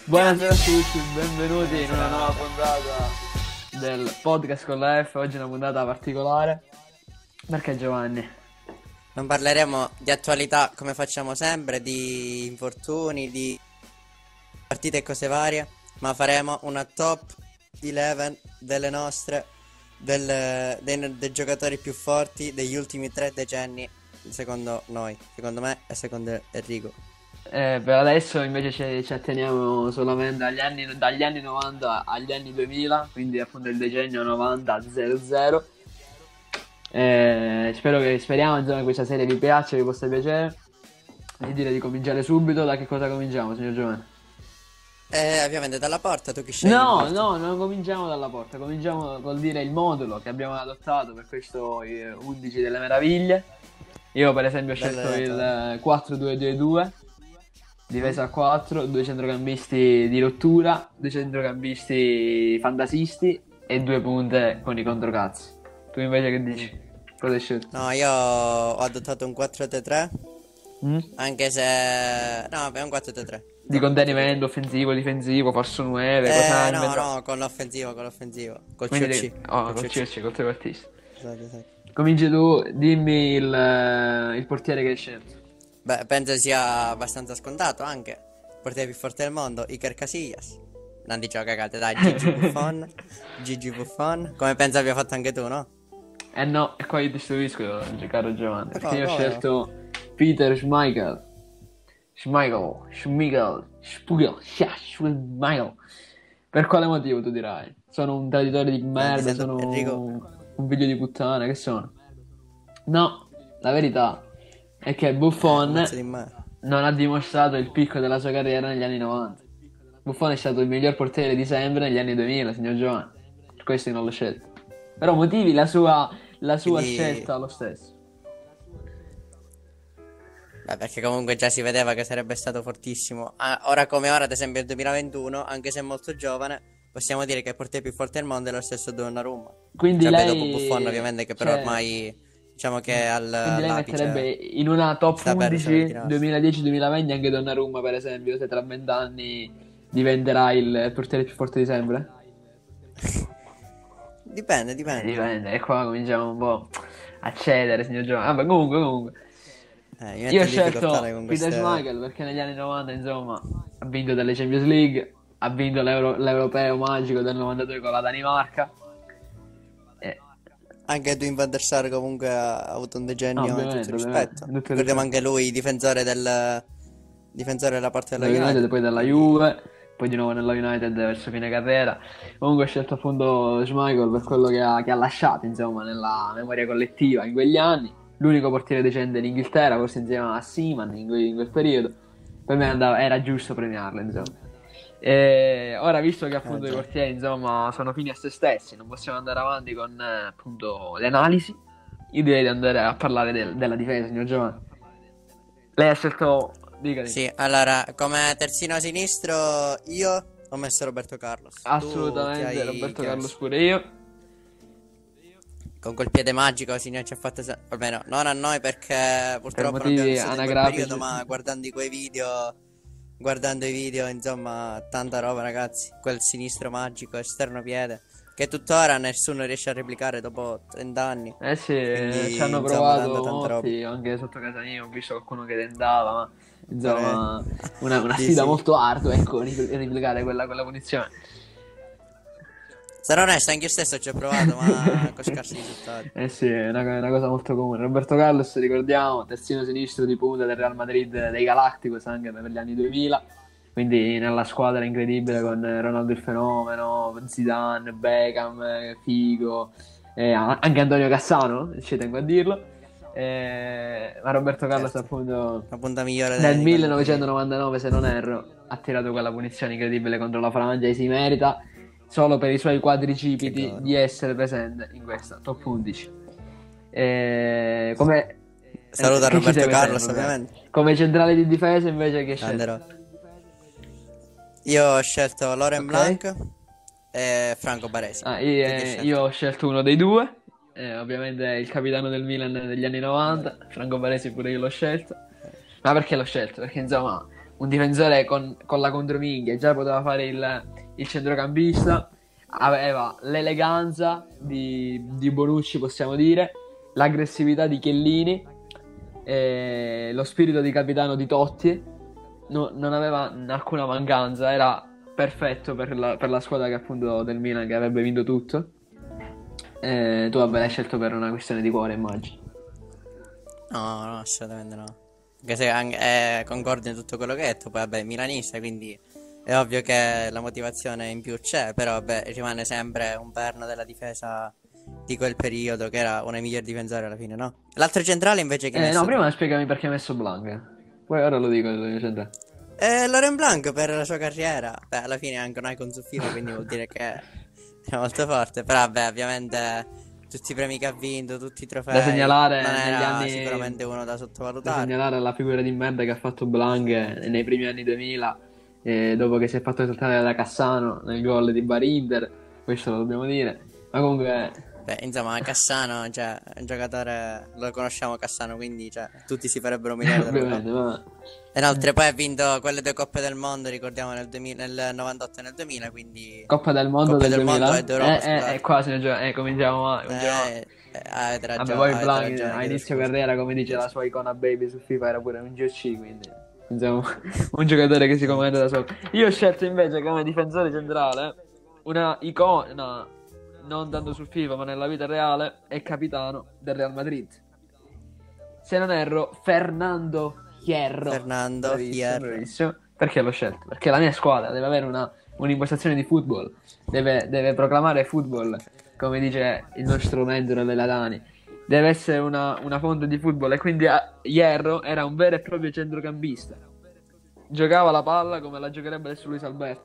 Buonasera a tutti, benvenuti in una nuova puntata del podcast con la F. Oggi è una puntata particolare. Perché Giovanni? Non parleremo di attualità come facciamo sempre, di infortuni, di partite e cose varie, ma faremo una top 11 delle nostre, dei giocatori più forti degli ultimi 3 decenni, secondo noi, secondo me e secondo Enrico. Per adesso invece ci atteniamo solamente dagli anni 90 agli anni 2000, quindi appunto il decennio 90-00. Speriamo insomma, che questa serie vi piaccia, vi possa piacere. E direi di cominciare subito. Da che cosa cominciamo, signor Giovanni? Ovviamente dalla porta, tu chi scegli in No, porta? no, non cominciamo dalla porta, cominciamo col dire il modulo che abbiamo adottato per questo 11 delle meraviglie. Io per esempio ho scelto il 4-2-2-2, difesa a 4, due centrocampisti di rottura, due centrocampisti fantasisti e due punte con i controcazzi. Tu invece che dici? Cosa hai scelto? No, io ho adottato un 4-3-3, Mm? anche se... No, vabbè, un 4-3-3. Di contenimento offensivo, difensivo, forse 9, cosa hai No, inventato? no, con l'offensivo, con l'offensivo. Col Quindi COC. oh, Col col COC. CC, col trequartista. Esatto, esatto. Cominci tu, dimmi il portiere che hai scelto. Beh, penso sia abbastanza scontato anche. Il portiere più forte del mondo, Iker Casillas. Non dicevo cagate, dai, Gigi Buffon. Gigi Buffon. Come penso abbia fatto anche tu, no? Eh no, e qua io ti istruisco, caro Giovanni, Ma perché io ho come no? scelto Peter Schmeichel. Schmeichel. Per quale motivo tu dirai? Sono un traditore di Ti merda, sento, sono Enrico. un figlio di puttana, che sono? No, la verità è che Un Buffon pezzo di me. non ha dimostrato il picco della sua carriera negli anni 90. Buffon è stato il miglior portiere di sempre negli anni 2000, signor Giovanni. Per questo io non l'ho scelto. Però motivi la sua Quindi... scelta lo stesso. Beh, perché comunque già si vedeva che sarebbe stato fortissimo. Ah, ora come ora, ad esempio, nel 2021, anche se è molto giovane, possiamo dire che il portiere più forte del mondo è lo stesso Donnarumma. Quindi Cioè, beh, dopo Buffon, lei, ovviamente, che però cioè, ormai, diciamo che quindi lei metterebbe all'apice in una top sta per 11 ritirarsi. 2010-2020 anche Donnarumma, per esempio, se tra 20 anni diventerà il portiere più forte di sempre? Dipende, dipende. Dipende, e qua cominciamo un po' a cedere, signor Giovanni. Vabbè, comunque. Mi Io metto ho in difficoltà scelto con Peter queste... Schmeichel perché negli anni 90, insomma, ha vinto delle Champions League, ha vinto l'Europeo magico del 92 con la Danimarca. E, Anche Edwin van der Sar comunque ha avuto un no, decennio di tutto ovviamente, rispetto. tutto il Ricordiamo rispetto. anche lui, difensore della parte Dello della United, United. poi della Quindi, Juve, poi di nuovo nella United verso fine carriera. Comunque ho scelto appunto Schmeichel per quello che ha lasciato, insomma, nella memoria collettiva in quegli anni. L'unico portiere decente in Inghilterra, forse insieme a Seaman in quel periodo. Per me era giusto premiarlo, insomma. E ora, visto che appunto i già. portieri, insomma, sono fini a se stessi, non possiamo andare avanti con appunto le analisi. Io direi di andare a parlare della difesa, signor Giovanni. Lei ha scelto, dica. Sì, allora, come terzino sinistro io ho messo Roberto Carlos. Tu Assolutamente, Roberto chi hai Carlos messo? pure io. Con quel piede magico, signore, ci ha fatto... Vabbè, no, non a noi perché Per purtroppo non abbiamo motivi vissuto in quel periodo, anagrafici. ma guardando i video, insomma, tanta roba, ragazzi. Quel sinistro magico, esterno piede, che tuttora nessuno riesce a replicare dopo 30 anni. Eh sì, ci Quindi, hanno insomma, tanta, provato tanta roba. molti, anche sotto casa mia ho visto qualcuno che tentava, ma Pare... insomma una Sì, sfida sì. molto ardua, ecco, replicare quella punizione. Sarò onesto, anche io stesso ci ho provato, ma con scarsi risultati. Eh sì, è una cosa molto comune. Roberto Carlos, ricordiamo, terzino sinistro di punta del Real Madrid dei Galacticos anche per gli anni 2000, quindi nella squadra incredibile con Ronaldo il fenomeno, Zidane, Beckham, Figo, anche Antonio Cassano, ci tengo a dirlo. Ma Roberto Carlos Certo, appunto la punta migliore nel di quelli in cui... 1999, se non erro, ha tirato quella punizione incredibile contro la Francia e si merita solo per i suoi Che quadricipiti gol. di essere presente in questa top 11. Come Saluta che ci Roberto segue Carlos, sempre, ovviamente. come centrale di difesa invece che Grande scelto? Ro- Io ho scelto Laurent Ok? Blanc e Franco Baresi. Ah, Tu chi hai io scelto? ho scelto uno dei due, ovviamente il capitano del Milan degli anni 90, Franco Baresi pure io l'ho scelto. Ma perché l'ho scelto? Perché insomma un difensore con la controminchia, già poteva fare il centrocampista, aveva l'eleganza di Bonucci, possiamo dire, l'aggressività di Chiellini, lo spirito di capitano di Totti. Non aveva alcuna mancanza, era perfetto per la squadra che appunto del Milan, che avrebbe vinto tutto. Tu vabbè l'hai scelto per una questione di cuore, immagino. No, assolutamente no. Anche se concordo in tutto quello che hai detto, poi vabbè, milanista, quindi è ovvio che la motivazione in più c'è, però vabbè, rimane sempre un perno della difesa di quel periodo, che era uno dei migliori difensori alla fine, no? L'altro centrale invece che hai messo No, tu? prima spiegami perché hai messo Blanc. Poi ora lo dico il centrale. Laurent Blanc per la sua carriera, beh, alla fine è anche un icon su FIFA, quindi vuol dire che è molto forte, però vabbè, ovviamente tutti i premi che ha vinto, tutti i Da trofei, segnalare non negli era anni. sicuramente uno da Da sottovalutare. segnalare la figura di merda che ha fatto Blanc nei primi anni 2000, dopo che si è fatto esaltare da Cassano nel gol di Barinder, questo lo dobbiamo dire. Ma comunque, Beh, insomma, Cassano, cioè, è un giocatore, lo conosciamo Cassano, quindi, cioè, tutti si farebbero umiliare da lui, no? ovviamente, ma Inoltre poi ha vinto quelle due Coppe del Mondo, ricordiamo, nel 98 e nel 2000, quindi... Coppa del Mondo Coppe del del Mondo 2000. e d'Europa, scusate. Quasi, cominciamo male. Avete Vabbè, ragione, poi avete Blanc ragione, a chiedo inizio scusa. carriera, come dice Chiedo la scusa. sua icona baby su FIFA, era pure un GOC, quindi insomma, un giocatore che si comanda da solo. Io ho scelto invece come difensore centrale una icona, non tanto su FIFA ma nella vita reale, è capitano del Real Madrid. Se non erro, Fernando Hierro. Fernando Bravissimo, Hierro. bravissimo. Perché l'ho scelto? Perché la mia squadra deve avere un'impostazione di football, deve proclamare football, come dice il nostro mentore Leladani. Deve essere una fonte di football, e quindi Hierro era un vero e proprio centrocampista. Giocava la palla come la giocherebbe adesso Luis Alberto.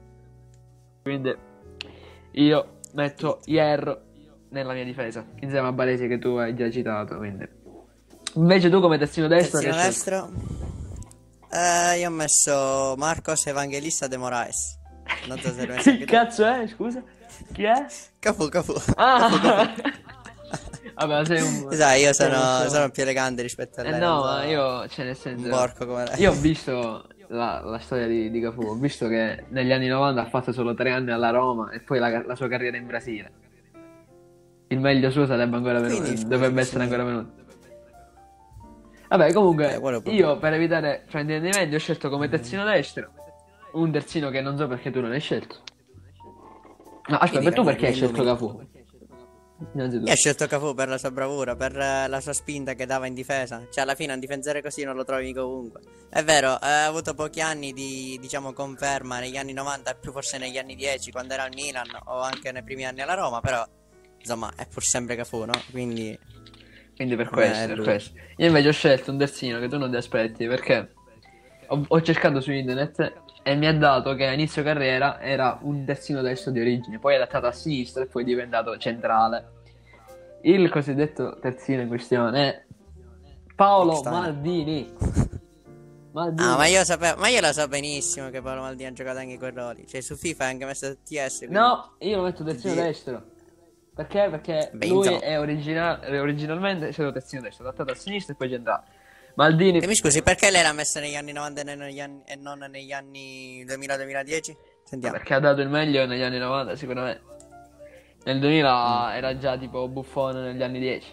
Quindi io metto Hierro nella mia difesa, insieme a Baresi che tu hai già citato. Quindi. Invece tu come terzino destro Terzino che hai scelto? destro? Io ho messo Marcos Evangelista de Moraes. Non so se l'hai messo Che anche tu. cazzo è? Scusa? Chi è? Cafu, Cafu. Ah! Vabbè, sei un... Sai, io sei un- sono più elegante rispetto a lei, non no, so, ma io, cioè nel un senso... porco come lei. Io ho visto la storia di Cafu, ho visto che negli anni 90 ha fatto solo 3 anni alla Roma e poi la sua carriera in Brasile. Il meglio suo sarebbe ancora venuto, Quindi, scusa, dovrebbe essere ancora venuto. Vabbè, comunque, quello proprio. io per evitare fraintendimenti ho scelto come terzino destro un terzino che non so perché tu non hai scelto. No, aspetta, Quindi tu Cafu, perché hai mi scelto illumini. Cafu? Innanzitutto. Io ho scelto Cafu per la sua bravura, per la sua spinta che dava in difesa. Cioè, alla fine un difensore così non lo trovi mica ovunque. È vero, ha avuto pochi anni di, diciamo, conferma negli anni 90 e più forse negli anni 10 quando era al Milan o anche nei primi anni alla Roma, però insomma è pur sempre Cafu, no? Quindi Per questo, per lui. questo. Io invece ho scelto un terzino che tu non ti aspetti perché ho cercato su internet e mi ha dato che a inizio carriera era un terzino destro di origine, poi è adattato a sinistra e poi è diventato centrale. Il cosiddetto terzino in questione è Paolo Pakistani. Maldini. Maldini. Ah, ma io lo so benissimo che Paolo Maldini ha giocato anche quei ruoli. Cioè, su FIFA ha anche messo TS. Quindi... No, io lo metto terzino Sì. destro. Perché? Perché Beh, lui insomma. è originalmente stato terzino destro, adattato a sinistra e poi centrale. Maldini. E mi scusi, perché lei l'ha messa negli anni 90 e non negli anni 2000-2010? Sentiamo. Perché ha dato il meglio negli anni 90, sicuramente. Nel 2000 era già tipo buffone negli anni 10.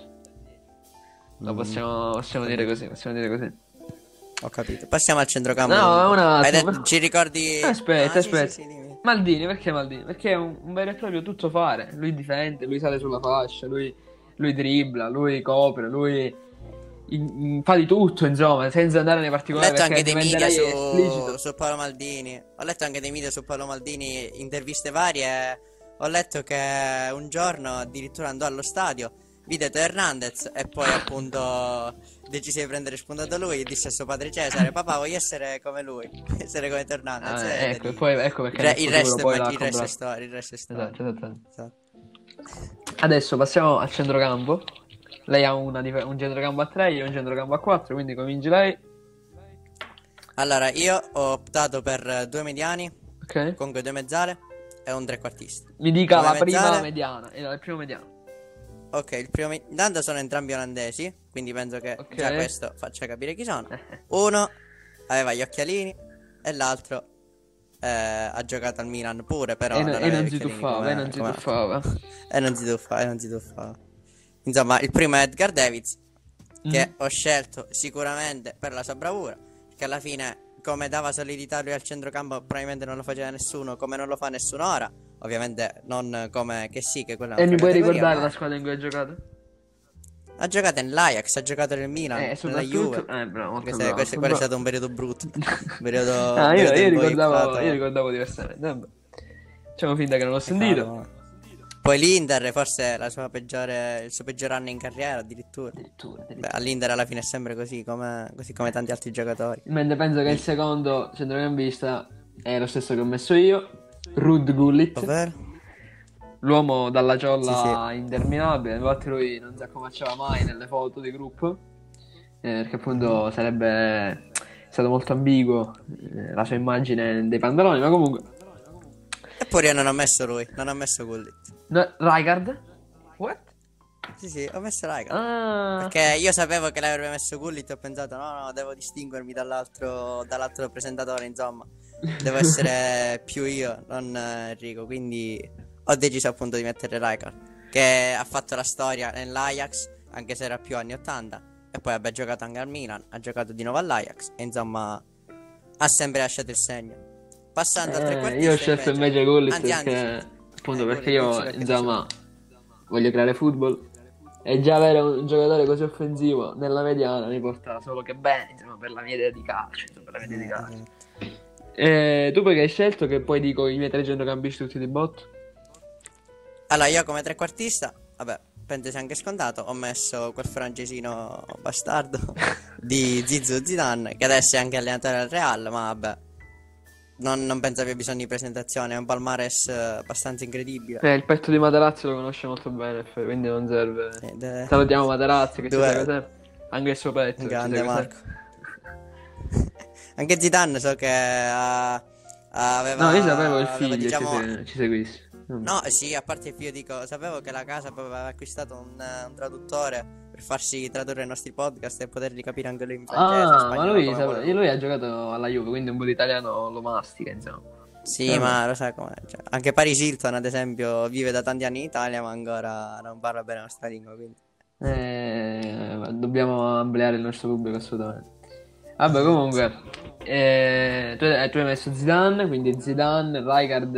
Lo possiamo dire così, possiamo dire così. Ho capito. Passiamo al centrocampo. No, è un Hai attimo. detto, ci ricordi... Aspetta, Ah, sì, aspetta. sì, sì, dimmi. Maldini, perché Maldini? Perché è un vero e proprio tuttofare. Lui difende, lui sale sulla fascia, lui dribbla, lui copre, lui fa di tutto, insomma, senza andare nei Ho particolari letto perché anche dei media diventerei esplicito. su Paolo Maldini. Ho letto anche dei media su Paolo Maldini, interviste varie. Ho letto che un giorno addirittura andò allo stadio, vide Teo Hernandez e poi appunto decise di prendere spunto da lui e disse a suo padre Cesare: papà, voglio essere come lui, voglio essere come Teo Hernandez. Ecco, e poi ecco perché nel il futuro resto, poi l'ha il resto è comprato. storia, il resto è storia. Esatto. Esatto. Adesso passiamo al centrocampo. Lei ha un centrocampo a 3, io un centrocampo a 4, quindi cominci lei. Allora, io ho optato per due mediani, Ok. comunque due mezzale e un trequartista. Mi dica Come la prima mezzale? mediana. Il primo mediano. Ok, il primo intanto sono entrambi olandesi, quindi penso che Ok. già questo faccia capire chi sono. Uno aveva gli occhialini, e l'altro ha giocato al Milan pure, però E non non aveva i si occhialini tuffava, e non si come tuffava. e non si tuffava. Insomma, il primo è Edgar Davids, che ho scelto sicuramente per la sua bravura, perché alla fine, come dava solidità lui al centrocampo, probabilmente non lo faceva nessuno, come non lo fa nessuno ora. Ovviamente non come che sì, che quella è E mi un'altra puoi categoria, ricordare ma la squadra in cui hai giocato? ha giocato nell'Ajax, ha giocato nel Milan, nella Soprattutto... Juve. Bravo, molto Questo, bravo, questo, molto quello è bravo. stato un periodo brutto, Ah, un periodo io un po' io inflato, ricordavo diversamente. Vabbè. Facciamo finta che non l'ho peccato, sentito. ma... Poi l'Inter, forse il suo peggior anno in carriera addirittura. Beh, Addirittura. all'Inter alla fine è sempre così come tanti altri giocatori. Mentre penso che il secondo centrocampista è lo stesso che ho messo io, Rud Gullit, Ovvero? l'uomo dalla Sì, sì. ciolla interminabile. Infatti lui non si accomacciava mai nelle foto di gruppo, perché appunto sarebbe stato molto ambiguo la sua immagine dei pantaloni, ma comunque... Eppure io non ho messo lui, non ho messo Gullit. No, Rijkaard? What? Sì, sì, ho messo Rijkaard. Ah, Perché io sapevo che lei avrebbe messo Gullit e ho pensato no, devo distinguermi dall'altro presentatore, insomma. Devo essere più io, non Enrico, quindi ho deciso appunto di mettere Rijkaard, che ha fatto la storia nell'Ajax, anche se era più anni 80, e poi abbia giocato anche al Milan, ha giocato di nuovo all'Ajax e insomma ha sempre lasciato il segno. Passando al io ho trequartista scelto invece, invece Gullit anzi andici, perché, appunto, perché dici io, perché ti sei... insomma, voglio creare football e già avere un giocatore così offensivo nella mediana mi porta solo che bene, insomma, per la mia idea di calcio, insomma, per la mia idea di calcio. Esatto. Tu perché hai scelto che poi dico i miei tre centrocampisti tutti di botto? Allora, io come trequartista, vabbè, penso sia anche scontato, ho messo quel francesino bastardo di Zizou Zidane, che adesso è anche allenatore del Real, ma vabbè, non penso abbia bisogno di presentazione, è un palmares abbastanza incredibile. Il petto di Materazzi lo conosce molto bene, quindi non serve. Ed è Salutiamo Materazzi che ci segue due, sempre. Anche il suo petto che ci grande segue Marco. sempre. Anche Zidane so che No, io sapevo il aveva figlio diciamo... ci seguisse. No, sì, a parte il figlio dico, sapevo che la casa aveva acquistato un traduttore per farsi tradurre i nostri podcast e poterli capire anche lui in francese, in Ah, ma spagnolo, come vuole lui. lui ha giocato alla Juve, quindi un po' di italiano lo mastica, insomma. Sì, ma lo sai com'è, cioè, anche Paris Hilton, ad esempio, vive da tanti anni in Italia, ma ancora non parla bene la nostra lingua, quindi... Dobbiamo ampliare il nostro pubblico assolutamente. Vabbè, Esatto. comunque, tu hai messo Zidane, quindi Zidane, Rijkaard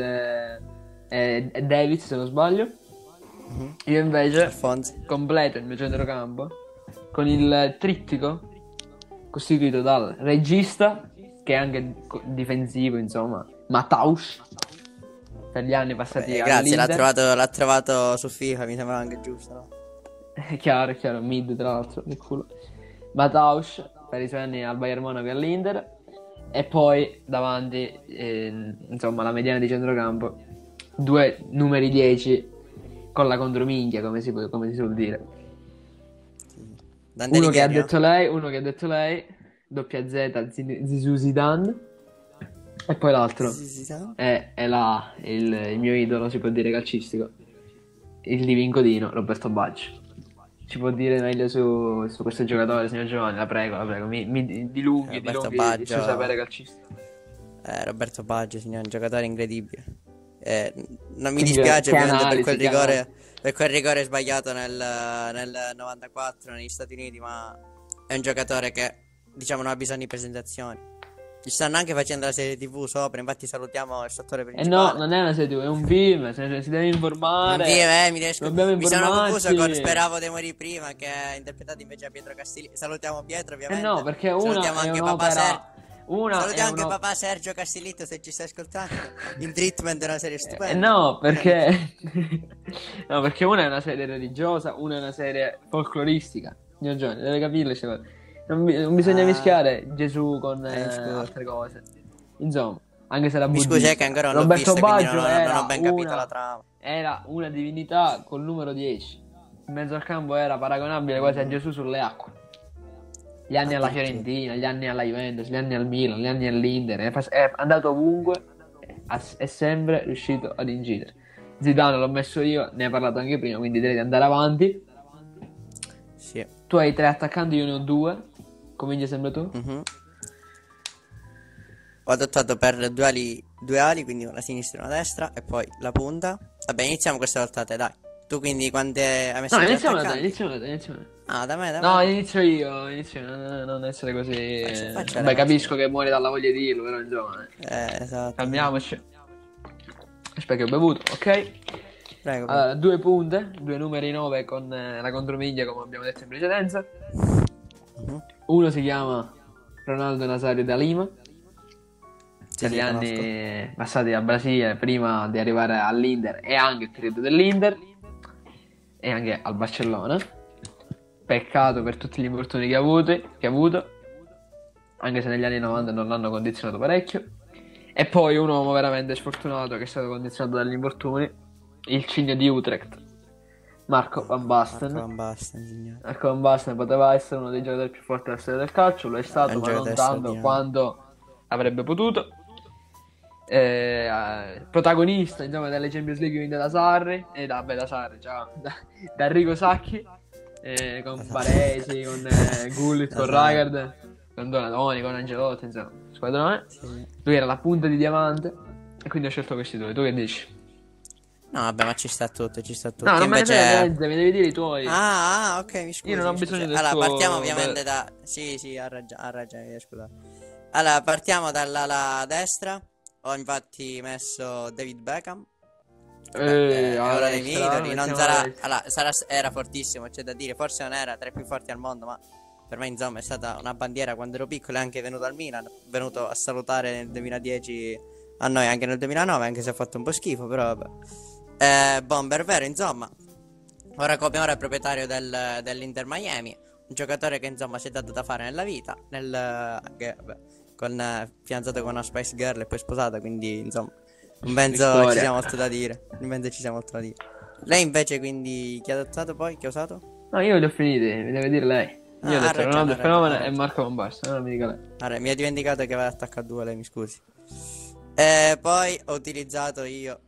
e Davids, se non sbaglio. Mhm. Io invece Alfonso. completo il mio centrocampo con il trittico costituito dal regista, che è anche difensivo, insomma, Mataus, per gli anni passati Grazie, all'Inter. l'ha trovato su FIFA, mi sembra anche giusto, no? È chiaro, mid tra l'altro, che culo. Mataus, per i suoi anni al Bayern Monaco e all'Inter. E poi davanti, insomma, la mediana di centrocampo, due numeri 10 con la controminchia, come si suol dire. Dante Uno che ha Alighieri, no? detto lei, doppia Z, Zizou Zidane, e poi l'altro Sì, sa. è il mio idolo, si può dire, calcistico, il Divincodino, Roberto Baggio. Ci può dire meglio su questo giocatore, signor Giovanni? La prego, mi dilunghi Roberto il suo sapere Baggio, calcistico. Roberto Baggio, signore, un giocatore incredibile. Non mi Che dispiace ovviamente analisi, che analisi. per quel rigore sbagliato nel 94 negli Stati Uniti, ma è un giocatore che, diciamo, non ha bisogno di presentazioni. Ci stanno anche facendo la serie TV sopra, infatti salutiamo il settore E no, principale. non è una serie TV, è un film, si deve Non informare. dire, Dobbiamo mi sono confuso con informarci. Speravo di morire prima, che è interpretato invece da Pietro Castiglietti. Salutiamo Pietro, Eh no, ovviamente. perché una Salutiamo è anche papà un'opera. Una è Salutiamo anche un'opera. papà Sergio Castiglietti se ci stai ascoltando. In Treatment è una serie stupenda. No, perché. No, perché una è una serie religiosa, una è una serie folcloristica. Signor Giovanni, deve capire queste cose. Non bisogna Ah, mischiare Gesù con mi scuso. altre cose. Insomma, anche se era Mi scusi, è che buddista. ancora non l'ho Roberto vista, quindi Baggio non ho ben capito la trama. era una divinità col numero 10. In mezzo al campo era paragonabile quasi a Gesù sulle acque. Gli anni alla Addirittura. Fiorentina, gli anni alla Juventus, gli anni al Milan, gli anni all'Inter. È andato ovunque, è sempre riuscito ad incidere. Zidane l'ho messo io, ne hai parlato anche prima, quindi direi di andare avanti. Sì. Tu hai 3 attaccanti, io ne ho 2. Comincia sempre tu. Mhm. ho adottato per due ali, quindi una sinistra e una destra, e poi la punta. Vabbè, iniziamo questa volta te, dai. Tu quindi quante hai messo No, già iniziamo da te, attaccanti? iniziamo da te, iniziamo da te. Ah, da me, No, dai. inizio io, inizio io, non essere così. Faccia Vabbè, lei, faccia capisco lei. che muori dalla voglia di dirlo, però insomma, Esatto, esatto. calmiamoci. Aspetta che ho bevuto, ok? Prego, prego. Allora, due punte, due numeri 9 con la contromiglia, come abbiamo detto in precedenza. Mhm. Uno si chiama Ronaldo Nazario da Lima, Sì, per gli sì, conosco. anni passati al Brasile, prima di arrivare all'Inter e anche il periodo dell'Inter, e anche al Barcellona. Peccato per tutti gli infortuni che ha avuto, anche se negli anni 90 non l'hanno condizionato parecchio. E poi un uomo veramente sfortunato che è stato condizionato dagli infortuni, il cigno di Utrecht, Marco Van Marco Basten. Van Basten, signore. Marco Van Basten poteva essere uno dei giocatori più forti della storia del calcio, lo è È stato, un ma non giocatore tanto straordinario. quanto avrebbe potuto. Protagonista, insomma, delle Champions League vinte da Sarri, da Sarri, ciao, da Enrico Sacchi, con Esatto. Baresi, con Gullit, con Esatto. Rijkaard, con Donadoni, con Angelotti, insomma, squadrone. Sì. Lui era la punta di diamante e quindi ho scelto questi due. Tu che dici? No, vabbè, ma ci sta tutto, ci sta No, tutto. Io non me ne frega invece... niente, mi devi dire i tuoi. Ok, mi Io non scusi, ho mi scusi. bisogno del Allora, partiamo tuo... ovviamente da... Sì, sì, ha ragione, scusa. Allora, partiamo dall'ala destra. Ho infatti messo David Beckham. Beh, è alla uno dei miei destra, idoli. Non mettiamo alla sarà... destra. Allora, era fortissimo, c'è da dire. Forse non era tra i più forti al mondo, ma per me, insomma, è stata una bandiera quando ero piccolo. È anche venuto al Milan. È venuto a salutare nel 2010 a noi, anche nel 2009, anche se ha fatto un po' schifo, però vabbè. Bomber vero, insomma. Ora è proprietario dell'Inter Miami. Un giocatore che insomma si è dato da fare nella vita. Anche, vabbè, fidanzato con una Spice Girl e poi sposata. Quindi insomma, in mezzo ci sia Vittoria. molto da dire. In mezzo ci sia molto da dire. Lei invece quindi chi ha adottato poi? Chi ha usato? No, io li ho finiti, mi deve dire lei. Io ho Ah, detto Ronaldo il ha fenomeno e ragione. Marco Van Basten, non mi dica lei. Allora, mi ha dimenticato che aveva attaccato a due, lei mi scusi. E poi ho utilizzato io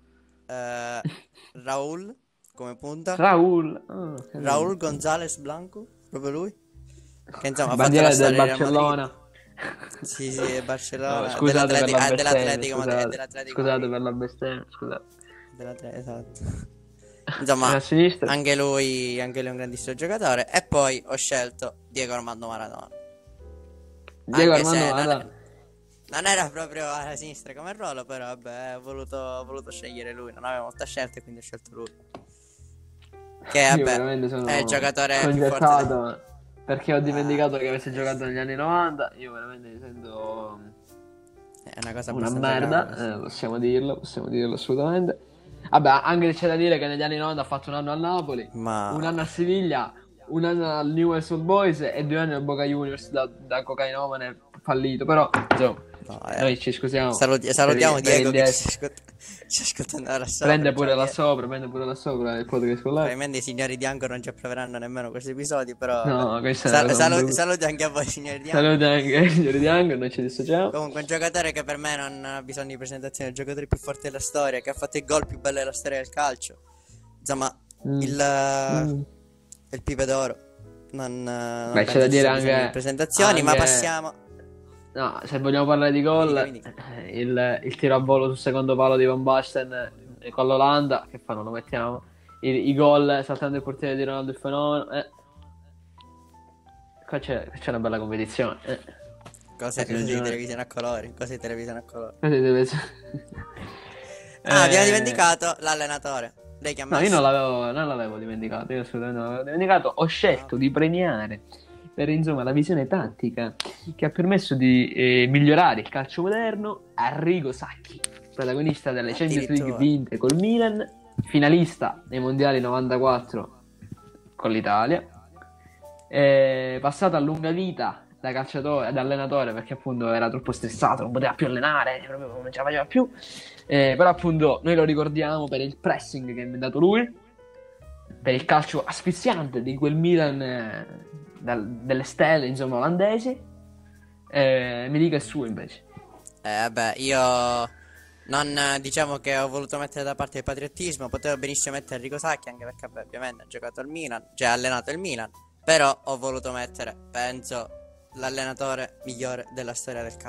Raul come punta. Raul, oh, Raúl carino. González Blanco, proprio lui, che insomma ha fatto la Bandiera del storia del Real Madrid. Barcellona. Sì, sì, No, Barcellona, scusate per la bestemmia, dell'Atletico Madrid, scusate. dell'Atletico Scusate Madrid, per la bestemmia, scusate. esatto. E Insomma, a sinistra? anche lui è un grandissimo giocatore. E poi ho scelto Diego Armando Maradona. Diego Anche Armando se Maradona. non era proprio alla sinistra come ruolo, però vabbè, ho voluto scegliere lui, non avevo molta scelta e quindi ho scelto lui. Che Io vabbè, veramente è il sono giocatore più forte sconcertato perché ho Ah, dimenticato che avesse giocato negli anni 90. Io veramente mi sento è una cosa una abbastanza grave merda, questa. possiamo dirlo assolutamente. Vabbè, anche se c'è da dire che negli anni 90 ha fatto un anno al Napoli, un Ma anno a Siviglia, un anno al Newell's Old Boys e 2 anni al Boca Juniors da cocainomane fallito. Però, insomma, no, noi ci scusiamo salutiamo per Diego il che gesto. ci ascoltando ora sopra. Prende Ciao pure là Diego. sopra, prende pure là sopra il podcast con lei. Probabilmente i signori di Anchor non ci approveranno nemmeno questi episodi, però vabbè. No, questa è una cosa brutta. Saluti anche a voi signori di Anchor. Saluti anche signori di Ango, noi ci dissociamo. Comunque un giocatore che per me non ha bisogno di presentazione, il giocatore più forte della storia, che ha fatto il gol più bello della storia del calcio. Insomma, Mm. Mm. il Pipe d'Oro. Non Beh, c'è penso da ci dire sia bisogno di presentazioni, ma anche... passiamo. No, se vogliamo parlare di Mi dica, gol, mi dica. il tiro a volo sul secondo palo di Van Basten con l'Olanda, che fa, non lo mettiamo. I gol saltando il portiere di Ronaldo il fenomeno. Qua c'è una bella competizione. Cose Questa di stagione. televisione a colori, cose di televisione a colori. Questa deve essere- Ah, abbiamo Eh, dimenticato l'allenatore. Lei che ha No, io messo? non l'avevo dimenticato, io assolutamente non l'avevo dimenticato. Ho scelto di premiare per insomma la visione tattica che ha permesso di migliorare il calcio moderno Arrigo Sacchi, protagonista delle Champions League Addirittura. vinte col Milan, finalista nei mondiali 94 con l'Italia, passato a lunga vita da calciatore, ad allenatore perché appunto era troppo stressato, non poteva più allenare, proprio non ce la faceva più. Però appunto noi lo ricordiamo per il pressing che ha inventato lui, per il calcio asfissiante di quel Milan delle stelle, insomma, olandesi. Mi dica il suo invece. Vabbè, io non diciamo che ho voluto mettere da parte il patriottismo, potevo benissimo mettere Enrico Sacchi, anche perché vabbè, ovviamente ha giocato al Milan, cioè ha allenato il Milan, però ho voluto mettere, penso, l'allenatore migliore della storia del calcio,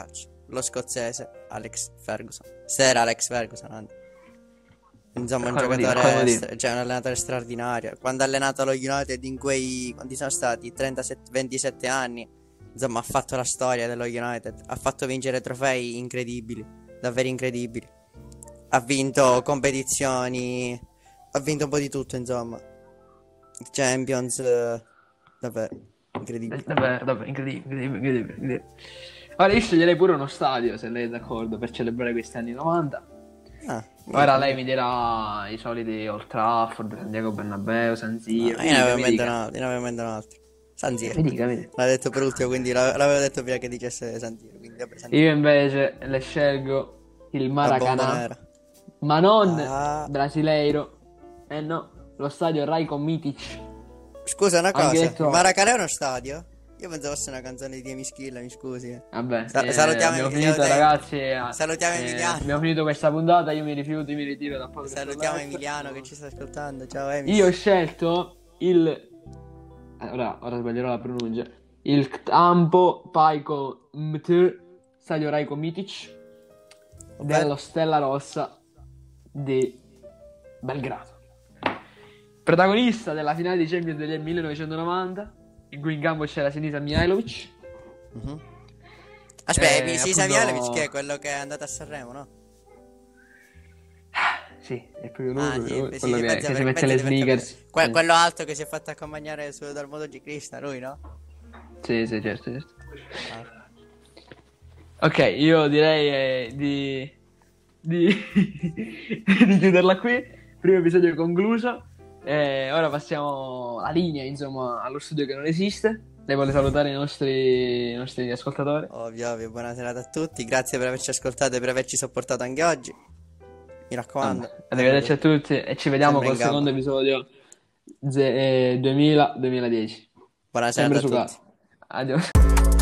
lo scozzese Alex Ferguson. Sir Alex Ferguson, anzi. Insomma, un giocatore, cioè un allenatore straordinario. Quando ha allenato lo United in quei, quanti sono stati? 27 anni. Insomma, ha fatto la storia dello United. Ha fatto vincere trofei incredibili, davvero incredibili. Ha vinto competizioni, ha vinto un po' di tutto, insomma. Champions, davvero incredibile. Davvero, incredibile. Ora io sceglierei pure uno stadio, se lei è d'accordo, per celebrare questi anni 90. Ora lei mi dirà i soliti Old Trafford, Santiago Bernabéu, San Siro. Io ne avevo in mente un altro. San Siro. Mi dica. L'ha detto per ultimo, quindi l'avevo detto prima che dicesse San Siro. Quindi, vabbè, San Siro. Io invece le scelgo il Maracanã, ma non brasileiro. No, lo stadio Rajko Mitic. Scusa una cosa, il Maracanã è uno stadio? Io pensavo fosse una canzone di Emischilla, mi scusi. Vabbè, salutiamo abbiamo finito, ragazzi. Salutiamo Emiliano. Abbiamo finito questa puntata, io mi ritiro da poco. Salutiamo Emiliano che ci sta ascoltando. Ciao Emi. Io ho scelto il... Ora sbaglierò la pronuncia. Il Campo Paiko Mtr, stadio Rajko Mitic, dello Stella Rossa di Belgrado. Protagonista della finale di Champions del 1990, in cui in campo c'era Sinisa Mihajlovic. Aspetta, Sinisa Mihajlovic che è quello che è andato a Sanremo, no? Sì, è proprio lui, quello che si mette le sneakers. Quello alto che si è fatto accompagnare dal MotoGP Crista, lui, no? Sì, certo. Ok, io direi di chiuderla qui. Primo episodio concluso. Ora passiamo la linea, insomma, allo studio che non esiste. Lei vuole salutare i nostri ascoltatori? Ovvio, buona serata a tutti. Grazie per averci ascoltato e per averci sopportato anche oggi. Mi raccomando. Arrivederci a tutti e ci vediamo col secondo episodio 2000-2010. Buona serata a tutti. Adios.